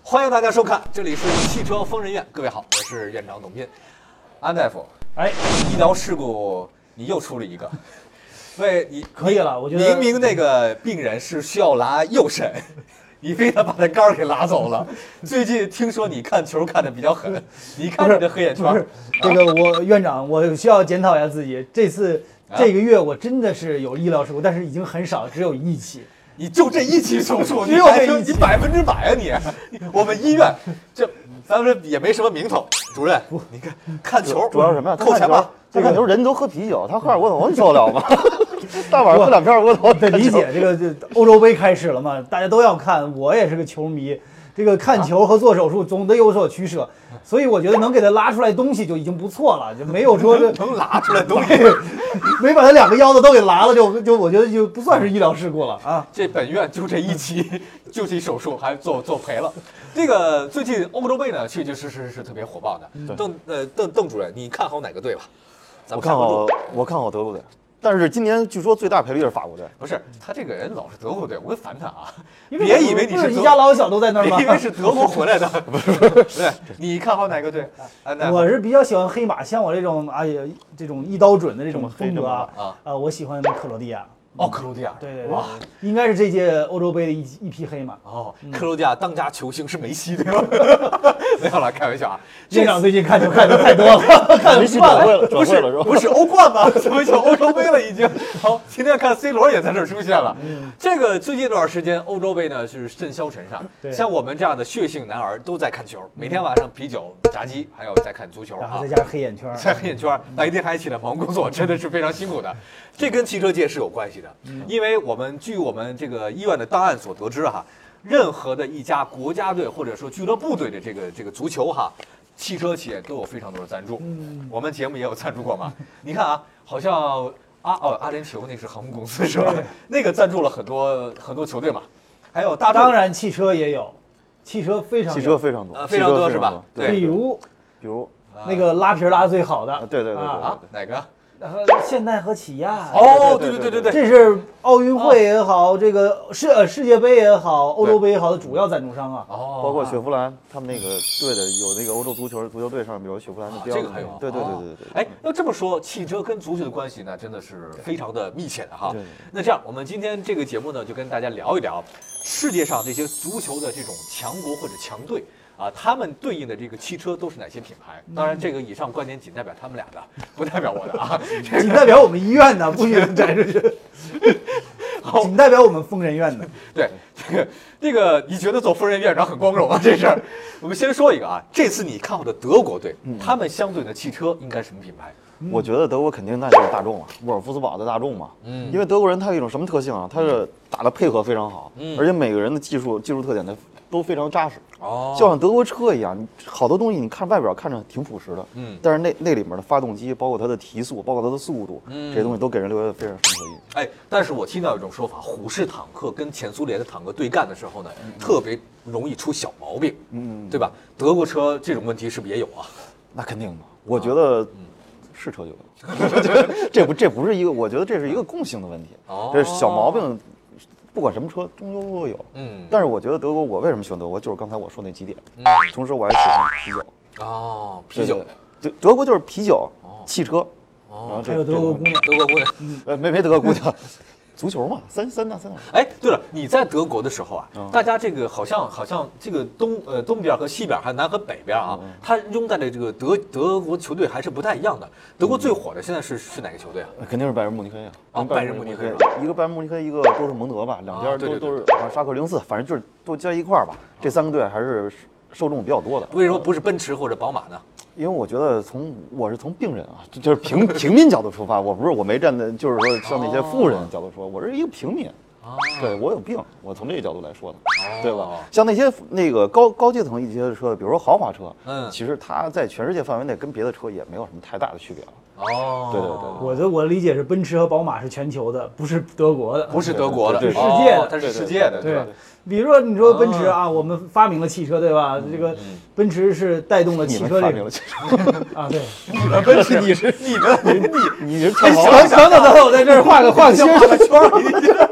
欢迎大家收看，这里是汽车疯人院。各位好，我是院长董斌。安大夫，医疗事故你又出了一个，你可以了，我觉得明明那个病人是需要拉右肾，你非得把他肝给拉走了。最近听说你看球看得比较狠，你看你的黑眼圈。 不是这个我院长，我需要检讨一下自己，这个月我真的是有医疗事故，但是已经很少，只有一起。 你就这一起手术， 只有这一起， 你100%啊你！我们医院咱们也没什么名头。主任，你看球主要什么呀？ 扣钱吧。 这看球人都喝啤酒，他喝点窝头，你受得了吗？大晚上喝2片窝头。 得理解这个欧洲杯开始了嘛，大家都要看，我也是个球迷。这个看球和做手术总得有所取舍，所以我觉得能给他拉出来东西就已经不错了，就没有说能拉出来东西， 没把他2个腰子都给拉了，就我觉得就不算是医疗事故了啊。 这本院就这一期就这手术还做赔了。这个最近欧洲杯呢，确确实实是特别火爆的。邓主任，你看好哪个队吧？ 我看好德国队。但是今年据说最大赔率是法国队。 不是，他这个人老是德国队，我烦他啊！ 别以为你是一家老小都在那儿吗？ 别以为是德国回来的。不是，对，你看好哪个队？ 我是比较喜欢黑马，像我这种这种一刀准的这种风格我喜欢克罗地亚。 克罗地亚， 对，哇，应该是这届欧洲杯的一匹黑马。 克罗地亚当家球星是梅西，对吧？没有了，开玩笑啊。 院长最近看球看的太多了，看梅西转会了， 不是欧冠吗？怎么叫欧洲杯了已经？好，今天看 C 罗也在这儿出现了。这个最近一段时间欧洲杯呢是甚嚣尘上，像我们这样的血性男儿都在看球，每天晚上啤酒、炸鸡，还有在看足球， 然后再加上黑眼圈， 白天还起来忙工作，真的是非常辛苦的。这跟汽车界是有关系的。因为据我们这个医院的档案所得知任何的一家国家队或者说俱乐部队的这个足球汽车企业都有非常多的赞助。我们节目也有赞助过嘛。你看好像阿联酋那是航空公司是吧？那个赞助了很多球队嘛。还有当然汽车也有，汽车非常多， 非常多是吧？对， 比如那个拉皮拉最好的， 对哪个？ 现代和起亚。 对， 这是奥运会也好，这个世界杯也好，欧洲杯也好的主要赞助商啊。 包括雪佛兰他们那个队的有那个欧洲足球队上面有雪佛兰的标。 这个还有。对。要这么说，汽车跟足球的关系呢，真的是非常的密切的哈。那这样，我们今天这个节目呢，就跟大家聊一聊世界上这些足球的这种强国或者强队。他们对应的这个汽车都是哪些品牌？当然，这个以上观点仅代表他们俩的，不代表我的啊， 仅代表我们医院的，不许摘出去。仅代表我们疯人院的。 对，这个你觉得做疯人院长很光荣啊？这事儿，我们先说一个这次你看好的德国队，他们相对的汽车应该什么品牌？ 我觉得德国肯定那就是大众沃尔夫斯堡的大众嘛。因为德国人他有一种什么特性他是打的配合非常好，而且每个人的技术特点都非常扎实。就像德国车一样，好多东西你看外表看着挺朴实的，但是那里面的发动机，包括它的提速，包括它的速度，这些东西都给人留下非常深刻印象。 但是我听到一种说法，虎式坦克跟前苏联的坦克对干的时候呢，特别容易出小毛病，对吧？德国车这种问题是不是也有啊？ 那肯定的，我觉得是车就有，这不是一个，我觉得这是一个共性的问题。这小毛病。不管什么车，终究都会有。但是我觉得德国，我为什么喜欢德国，就是刚才我说那几点。同时我还喜欢啤酒。 啤酒。 对，德国就是啤酒、汽车， 然后还有德国姑娘。 没德国姑娘。足球嘛，三大。 对了，你在德国的时候大家这个好像这个东边和西边，还有南和北边它拥戴的这个德国球队还是不太一样的。德国最火的现在是哪个球队肯定是拜仁慕尼黑拜仁慕尼黑， 一个拜仁慕尼黑，一个多特蒙德吧，两边都是沙克04，反正就是都加一块吧。这3个队还是受众比较多的。 为什么不是奔驰或者宝马呢？ 因为我觉得我是从病人就是平民角度出发，我没站在就是说像那些富人角度说，我是一个平民。对，我有病，我从这个角度来说的，对吧？像那些那个高阶层一些的车，比如说豪华车，其实它在全世界范围内跟别的车也没有什么太大的区别了。对， 我的理解是奔驰和宝马是全球的，不是德国的， 是世界的，它是世界的，对。 比如说你说奔驰我们发明了汽车，对吧？这个奔驰是带动了汽车这个对。 奔驰你是等，我在这儿画个圈。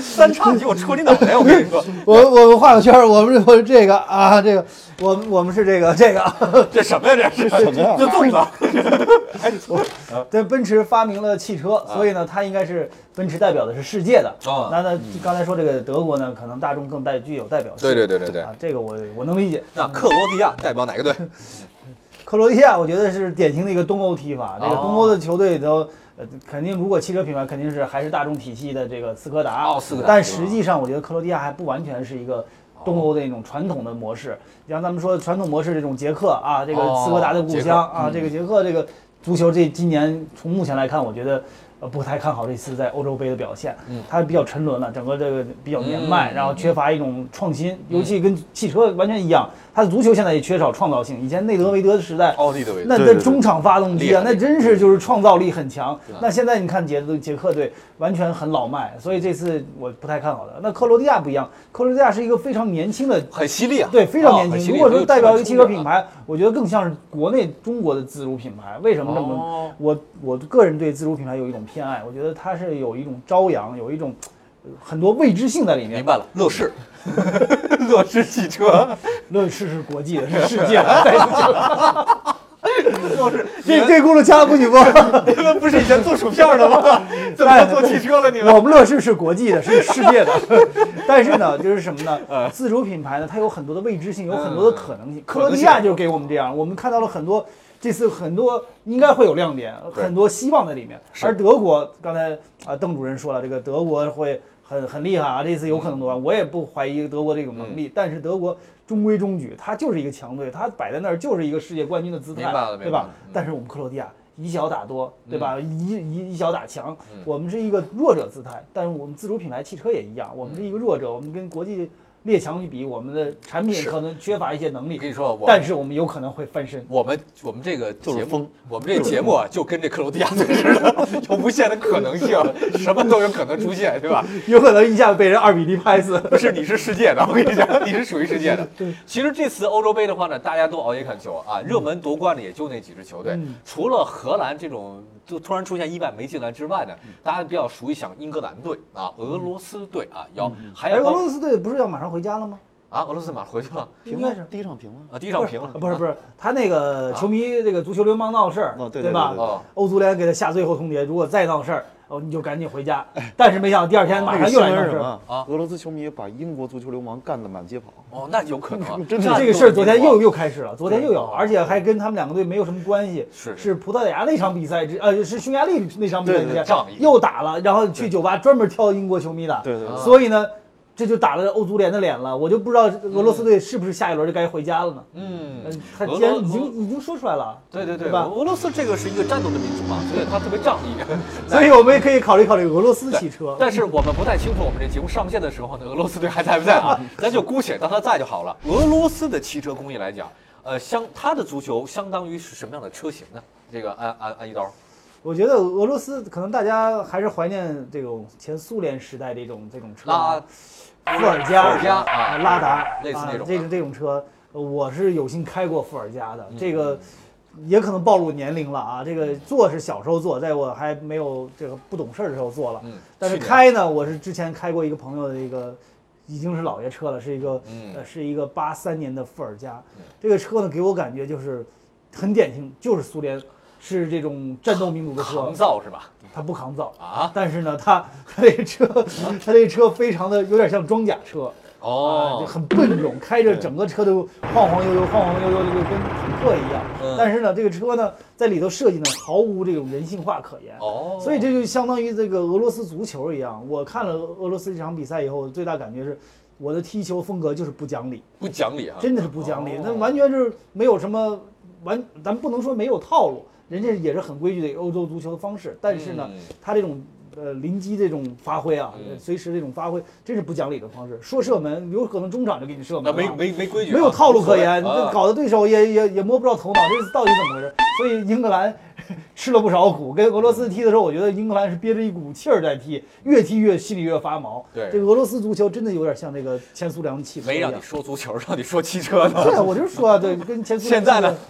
3叉戟我戳你脑袋，我跟你说， 我们画个圈儿，我们这个啊，这个我们是这个， 这什么呀？这是什么呀？ 这粽子。 对，奔驰发明了汽车，所以呢，它应该是奔驰代表的是世界的。那刚才说这个德国呢，可能大众更具有代表性。 对啊，这个我能理解。 那克罗地亚代表哪个队？ 克罗地亚我觉得是典型的一个东欧踢法，这个东欧的球队都。肯定，如果汽车品牌肯定是还是大众体系的这个斯柯达，但实际上我觉得克罗地亚还不完全是一个东欧的那种传统的模式。像咱们说传统模式这种捷克啊，这个斯柯达的故乡啊，这个捷克这个足球今年从目前来看，我觉得不太看好这次在欧洲杯的表现。它比较沉沦了，整个这个比较年迈，然后缺乏一种创新，尤其跟汽车完全一样。他的足球现在也缺少创造性。以前内德维德的时代，那中场发动机啊，那真是就是创造力很强。那现在你看捷克队完全很老迈，所以这次我不太看好的。那克罗地亚不一样，克罗地亚是一个非常年轻的， 很犀利啊， 对，非常年轻。如果说代表一个汽车品牌，我觉得更像是国内中国的自主品牌。为什么这么？我个人对自主品牌有一种偏爱，我觉得它是有一种朝阳，有一种很多未知性在里面。 明白了，乐视。乐视汽车， 乐视是国际的，是世界的，再这轱辘掐不许播。 你们不是以前做薯片的吗？怎么做汽车了？你们？ 我们乐视是国际的，是世界的。但是呢，就是什么呢？自主品牌呢，它有很多的未知性，有很多的可能性。克罗地亚就给我们这样，我们看到了很多，这次很多应该会有亮点，很多希望在里面。而德国，刚才邓主任说了，这个德国会。很厉害啊！这次有可能夺冠，我也不怀疑德国这种能力。但是德国中规中矩，它就是一个强队，它摆在那儿就是一个世界冠军的姿态，对吧？但是我们克罗地亚以小打多，对吧？以小打强，我们是一个弱者姿态。但是我们自主品牌汽车也一样，我们是一个弱者，我们跟国际列强去比，我们的产品可能缺乏一些能力。 跟你说， 但是我们有可能会翻身。 我们这个节目，我们这个节目啊，就跟这克罗地亚队似的，有无限的可能性，什么都有可能出现，对吧？ 有可能一下被人2-0拍死。 不是，你是世界的，我跟你讲，你是属于世界的。其实这次欧洲杯的话呢，大家都熬夜看球啊，热门夺冠的也就那几支球队，除了荷兰这种就突然出现意外没进来之外呢，大家比较熟悉像英格兰队啊、俄罗斯队啊，还有俄罗斯队不是要马上回家了吗？ 啊，俄罗斯马上回去了， 应该是第一场平了啊，第一场平了， 不是，他那个球迷这个足球流氓闹事儿，对吧？欧足联给他下最后通牒，如果再闹事儿，你就赶紧回家。但是没想到第二天马上又来闹事儿啊！俄罗斯球迷把英国足球流氓干得满街跑。 哦，那有可能， 真的这个事儿昨天又开始了，昨天又有，而且还跟他们两个队没有什么关系，是葡萄牙那场比赛是匈牙利那场比赛之前又打了，然后去酒吧专门挑英国球迷的， 对， 所以呢。这就打了欧足联的脸了，我就不知道俄罗斯队是不是下一轮就该回家了呢？他既然已经说出来了， 对吧？俄罗斯这个是一个战斗的民族嘛，所以他特别仗义， 所以我们也可以考虑俄罗斯汽车。 但是我们不太清楚，我们这节目上线的时候呢，俄罗斯队还在不在啊？咱就姑且当他在就好了。俄罗斯的汽车工艺来讲，它的足球相当于是什么样的车型呢？这个按一刀。 我觉得俄罗斯可能大家还是怀念这种前苏联时代这种车，伏尔加啊，拉达类似那种这种车，我是有幸开过伏尔加的，这个也可能暴露年龄了啊。这个坐是小时候坐，在我还没有这个不懂事的时候坐了，但是开呢，我是之前开过一个朋友的一个。已经是老爷车了，是一个83年的伏尔加，这个车呢给我感觉就是很典型，就是苏联。是这种战斗民族的车， 抗造是吧？ 它不抗造啊， 但是呢，它这车非常的有点像装甲车哦， 很笨重，开着整个车都晃晃悠悠，就跟坦克一样。但是呢，这个车呢在里头设计呢毫无这种人性化可言哦，所以这就相当于这个俄罗斯足球一样。我看了俄罗斯这场比赛以后，最大感觉是我的踢球风格就是不讲理啊， 真的是不讲理，那完全是没有什么咱不能说没有套路。人家也是很规矩的欧洲足球的方式，但是呢，他这种临机这种发挥啊，随时这种发挥，真是不讲理的方式。说射门，有可能中场就给你射门， 没规矩， 没有套路可言，搞得对手也摸不着头脑，这到底怎么回事？所以英格兰吃了不少苦。跟俄罗斯踢的时候，我觉得英格兰是憋着一股气儿在踢，越踢越心里越发毛。 对， 这个俄罗斯足球真的有点像这个前苏联的汽车。 没让你说足球，让你说汽车呢。 对，我就是说，对，跟前苏联。 现在呢？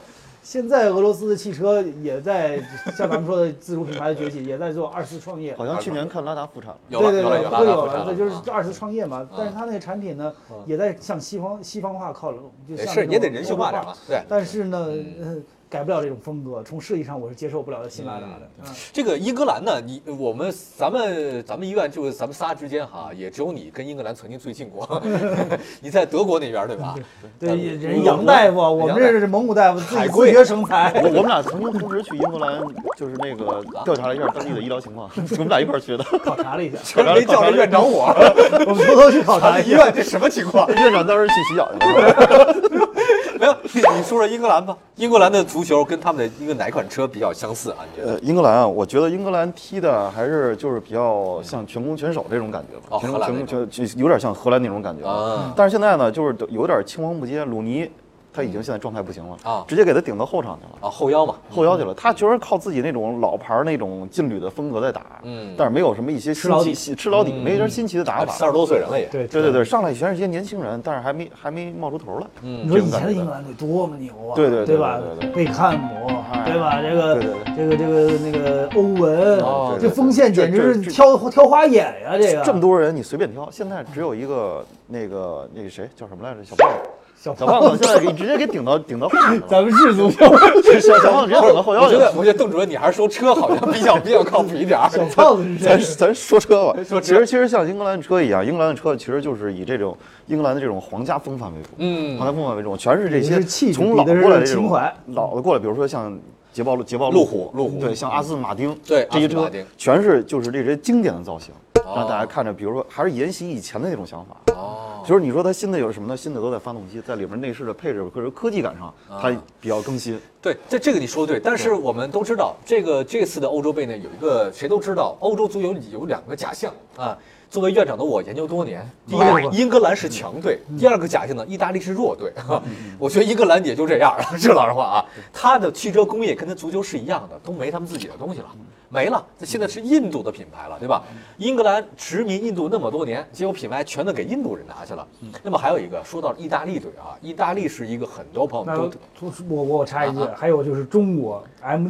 现在俄罗斯的汽车也在像咱们说的自主品牌的崛起，也在做2次创业。 好像去年看拉达复产了， 对，会有了， 这就是2次创业嘛。但是它那个产品呢，也在向西方化靠拢，就像是也得人性化点嘛。对。 但是呢，改不了这种风格，从设计上我是接受不了新拉达的。 这个英格兰呢，咱们医院就是咱们仨之间哈，也只有你跟英格兰曾经最近过。你在德国那边对吧？ 对，人杨大夫，我们这是蒙古大夫，自学成才。 我们俩曾经同时去英格兰，就是那个调查了一下当地的医疗情况，我们俩一块去的， 考察了一下， 没叫着院长我们偷偷去考察医院这什么情况？ 院长当时去洗脚去了。 没有，你说说英格兰吧。英格兰的足球跟他们的一个哪款车比较相似啊？你觉得？ 英格兰啊，我觉得英格兰踢的还是就是比较像全攻全守这种感觉吧，就有点像荷兰那种感觉。但是现在呢，就是有点青黄不接，鲁尼。他已经现在状态不行了啊，直接给他顶到后场去了啊，后腰嘛， 后腰去了。他就是靠自己那种老牌那种劲旅的风格在打，但是没有什么一些吃老底，没点新奇的打法。 30多岁人了也， 对，上来全是些年轻人，但是还没冒出头来。 你说以前的英格兰队多么牛啊， 对吧？贝坎姆，对吧？那个欧文，这锋线简直是挑花眼呀！ 这么多人你随便挑，现在只有一个那个谁叫什么来着？小胖子现在直接给顶到后面了。 咱们是足球， 小胖子直接顶到后腰去了。 我觉得邓主任你还是说车好像比较靠谱一点。 小胖子是谁？ 咱说车吧。其实像英格兰车一样，英格兰的车其实就是以这种英格兰的这种皇家风范为主，皇家风范为主，全是这些从老过来的这种老的过来，比如说像捷豹路虎，对，像阿斯顿马丁， 对， 这些车全是就是这些经典的造型，让大家看着，比如说还是沿袭以前的那种想法。就是你说它新的有什么呢？新的都在发动机，在里面内饰的配置或者科技感上，它比较更新。 对，这个你说的对，但是我们都知道，这次的欧洲杯呢，有一个谁都知道，欧洲足球有2个假象啊。作为院长的我研究多年，第一个英格兰是强队，第2个假象呢，意大利是弱队。我觉得英格兰也就这样了，说老实话啊，他的汽车工业跟他足球是一样的，都没他们自己的东西了。没了，这现在是印度的品牌了，对吧？英格兰殖民印度那么多年，结果品牌全都给印度人拿去了。那么还有一个，说到意大利队啊，意大利是一个很多朋友都， 我插一句，还有就是中国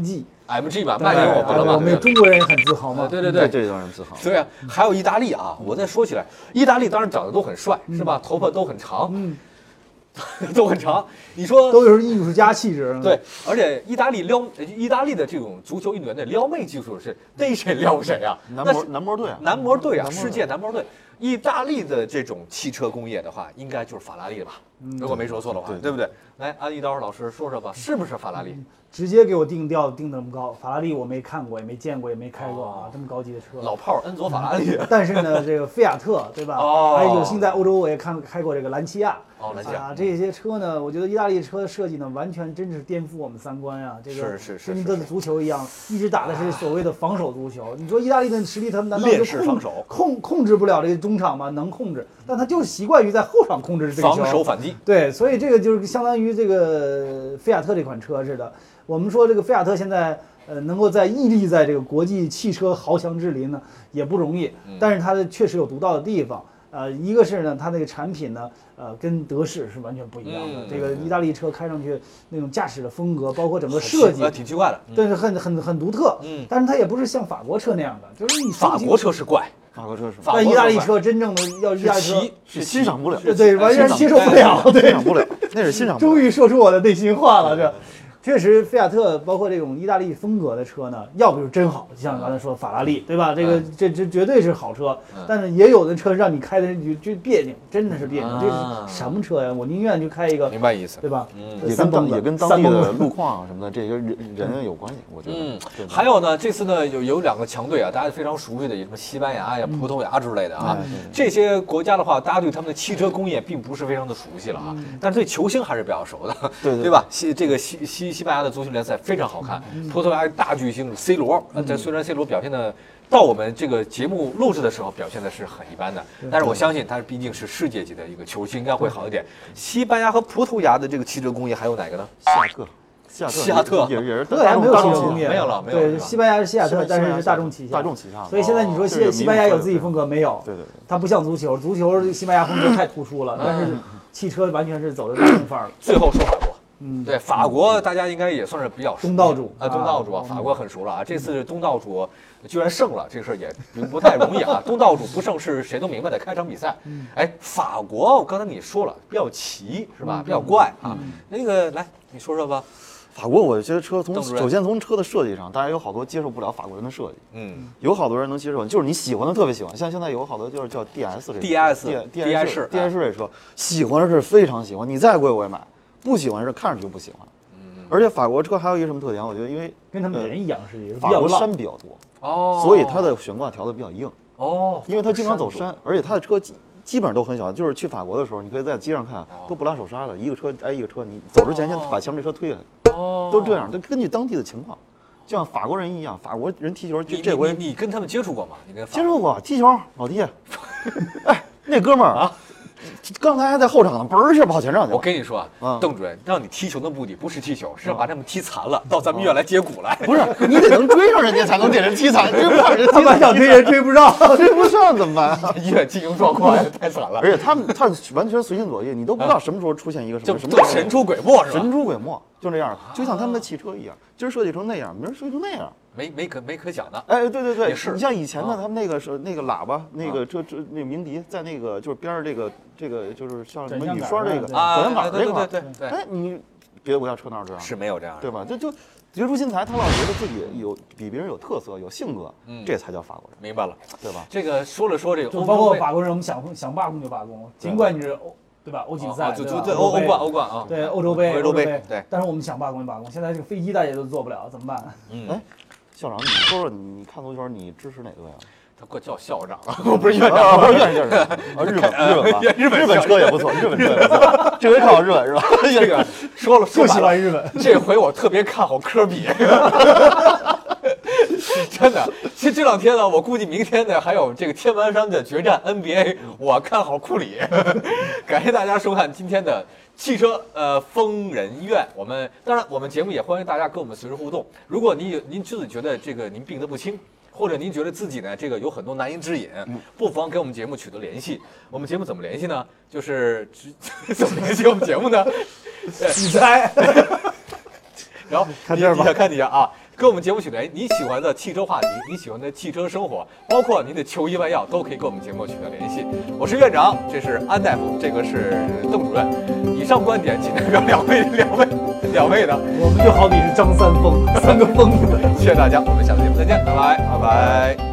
MG 吧，卖给我们了吧？ 我们中国人也很自豪嘛。 对， 这让人自豪。 对啊，还有意大利啊，我再说起来，意大利当然长得都很帅，是吧？头发都很长。都很长，你说都是艺术家气质。 对，而且意大利的这种足球运动员的撩妹技术是逮谁撩谁啊？ 男模队啊， 世界男模队。意大利的这种汽车工业的话，应该就是法拉利了吧？如果没说错的话，对不对？来，安一刀老师说说吧，是不是法拉利？ 直接给我定调定那么高，法拉利我没看过，也没见过，也没开过啊，这么高级的车。 老炮恩佐法拉利。 但是呢，这个菲亚特，对吧？还有幸在欧洲我也开过这个兰奇亚。这些车呢，我觉得意大利车的设计呢，完全真是颠覆我们三观呀。这个跟他的足球一样，一直打的是所谓的防守足球。你说意大利的实力，他们难道就控制不了这个中场吗？能控制，但他就习惯于在后场控制这个球。 防守反击。 对，所以这个就是相当于这个菲亚特这款车似的。我们说这个菲亚特现在能够屹立在这个国际汽车豪强之林呢，也不容易。但是它确实有独到的地方。一个是呢，它那个产品呢，跟德式是完全不一样的。这个意大利车开上去那种驾驶的风格，包括整个设计， 挺奇怪的， 但是很独特。但是它也不是像法国车那样的，就是你法国车是怪， 但意大利车真正的要意大利车是欣赏不了， 对，完全接受不了， 欣赏不了，那是欣赏不了。 终于说出我的内心话了，这。确实，菲亚特包括这种意大利风格的车呢，要不就是真好，像刚才说法拉利，对吧？这绝对是好车，但是也有的车让你开的就别扭，真的是别扭。这是什么车呀？我宁愿就开一个， 明白意思， 对吧？ 也跟当地的路况啊什么的这些人有关系，我觉得。 还有呢，这次呢有2个强队啊，大家非常熟悉的，什么西班牙呀、葡萄牙之类的啊，这些国家的话，大家对他们的汽车工业并不是非常的熟悉了啊，但是对球星还是比较熟的，对吧？西班牙的足球联赛非常好看，葡萄牙大巨星 C 罗，这虽然 C 罗表现的到我们这个节目录制的时候表现的是很一般的，但是我相信他毕竟是世界级的一个球星，应该会好一点。西班牙和葡萄牙的这个汽车工业还有哪个呢？西亚特也是葡萄牙没有汽车工业， 没有了。 对，西班牙是西亚特，但是是大众旗下。所以现在你说西班牙有自己风格没有？ 对， 它不像足球西班牙风格太突出了，但是汽车完全是走的大众范儿了。 最后说法国。 对，法国大家应该也算是比较熟东道主啊，东道主啊，法国很熟了啊。这次东道主居然胜了，这个事儿也不太容易啊。东道主不胜是谁都明白的，开场比赛。哎，法国，我刚才你说了比较奇是吧？比较怪啊。那个来，你说说吧。 法国，我觉得车首先从车的设计上，大家有好多接受不了法国人的设计。有好多人能接受，就是你喜欢的特别喜欢，像现在有好多就是叫 DS 这 DS 这车，喜欢是非常喜欢，你再贵我也买，不喜欢是看上去就不喜欢。而且法国车还有一个什么特点？我觉得因为跟他们人一样是法国山比较多，所以它的悬挂调的比较硬。因为它经常走山，而且它的车基本上都很小，就是去法国的时候，你可以在街上看，都不拉手刹的，一个车挨一个车，你走之前先把前面这车推下来。都这样，都根据当地的情况，就像法国人一样，法国人踢球，这回你跟他们接触过吗？你跟接触过踢球，老弟，哎，那哥们儿啊，刚才还在后场呢，嘣儿一下跑前场去了。 我跟你说啊，邓主任，让你踢球的目的不是踢球，是让把他们踢残了，到咱们医院来接骨来。 不是，你得能追上人家才能给人踢残，追不上人， 他们想追人追不上， 追不上怎么办？ 医院经营状况也太惨了。 而且他完全随心所欲，你都不知道什么时候出现一个什么神出鬼没是吧？ 神出鬼没。就这样，就像他们的汽车一样，今儿设计成那样，明儿设计成那样， 没可讲的。 哎，对， 也是。 你像以前的他们那个是那个喇叭，那个那个鸣笛，在那个就是边上这个就是像什么雨刷这个转向杆这块， 对。 哎，你别的国家车哪有这样？ 是没有这样， 对吧？就别出心裁，他老觉得自己有比别人有特色、有性格，这才叫法国人。 明白了， 对吧？ 这个说了说这个， 就包括法国人，我们想罢工就罢工，尽管你是对吧？欧锦赛， 对欧冠啊， 对欧洲杯， 对。 但是我们想罢工就罢工，现在这个飞机大家都做不了，怎么办？ 哎，校长，你说说你看足球，你支持哪队啊？ 他给我叫校长了，我不是院长， 不是院长，日本车也不错，日本车也不错，这回看好日本是吧？ 这个说了， 就喜欢日本， 这回我特别看好科比。真的，其实这两天呢，我估计明天呢还有这个天王山的决战 NBA， 我看好库里。感谢大家收看今天的汽车疯人院。当然我们节目也欢迎大家跟我们随时互动。如果您自己觉得这个您病得不轻，或者您觉得自己呢这个有很多难言之隐，不妨跟我们节目取得联系。我们节目怎么联系呢？就是怎么联系我们节目呢？ 你猜。 然后看底下啊。跟我们节目取得你喜欢的汽车话题，你喜欢的汽车生活，包括您的求医问药，都可以跟我们节目取得联系。我是院长，这是安大夫，这个是邓主任。以上观点仅代表两位的。 我们就好比是张三丰，三个疯子。 谢谢大家，我们下次节目再见，拜拜。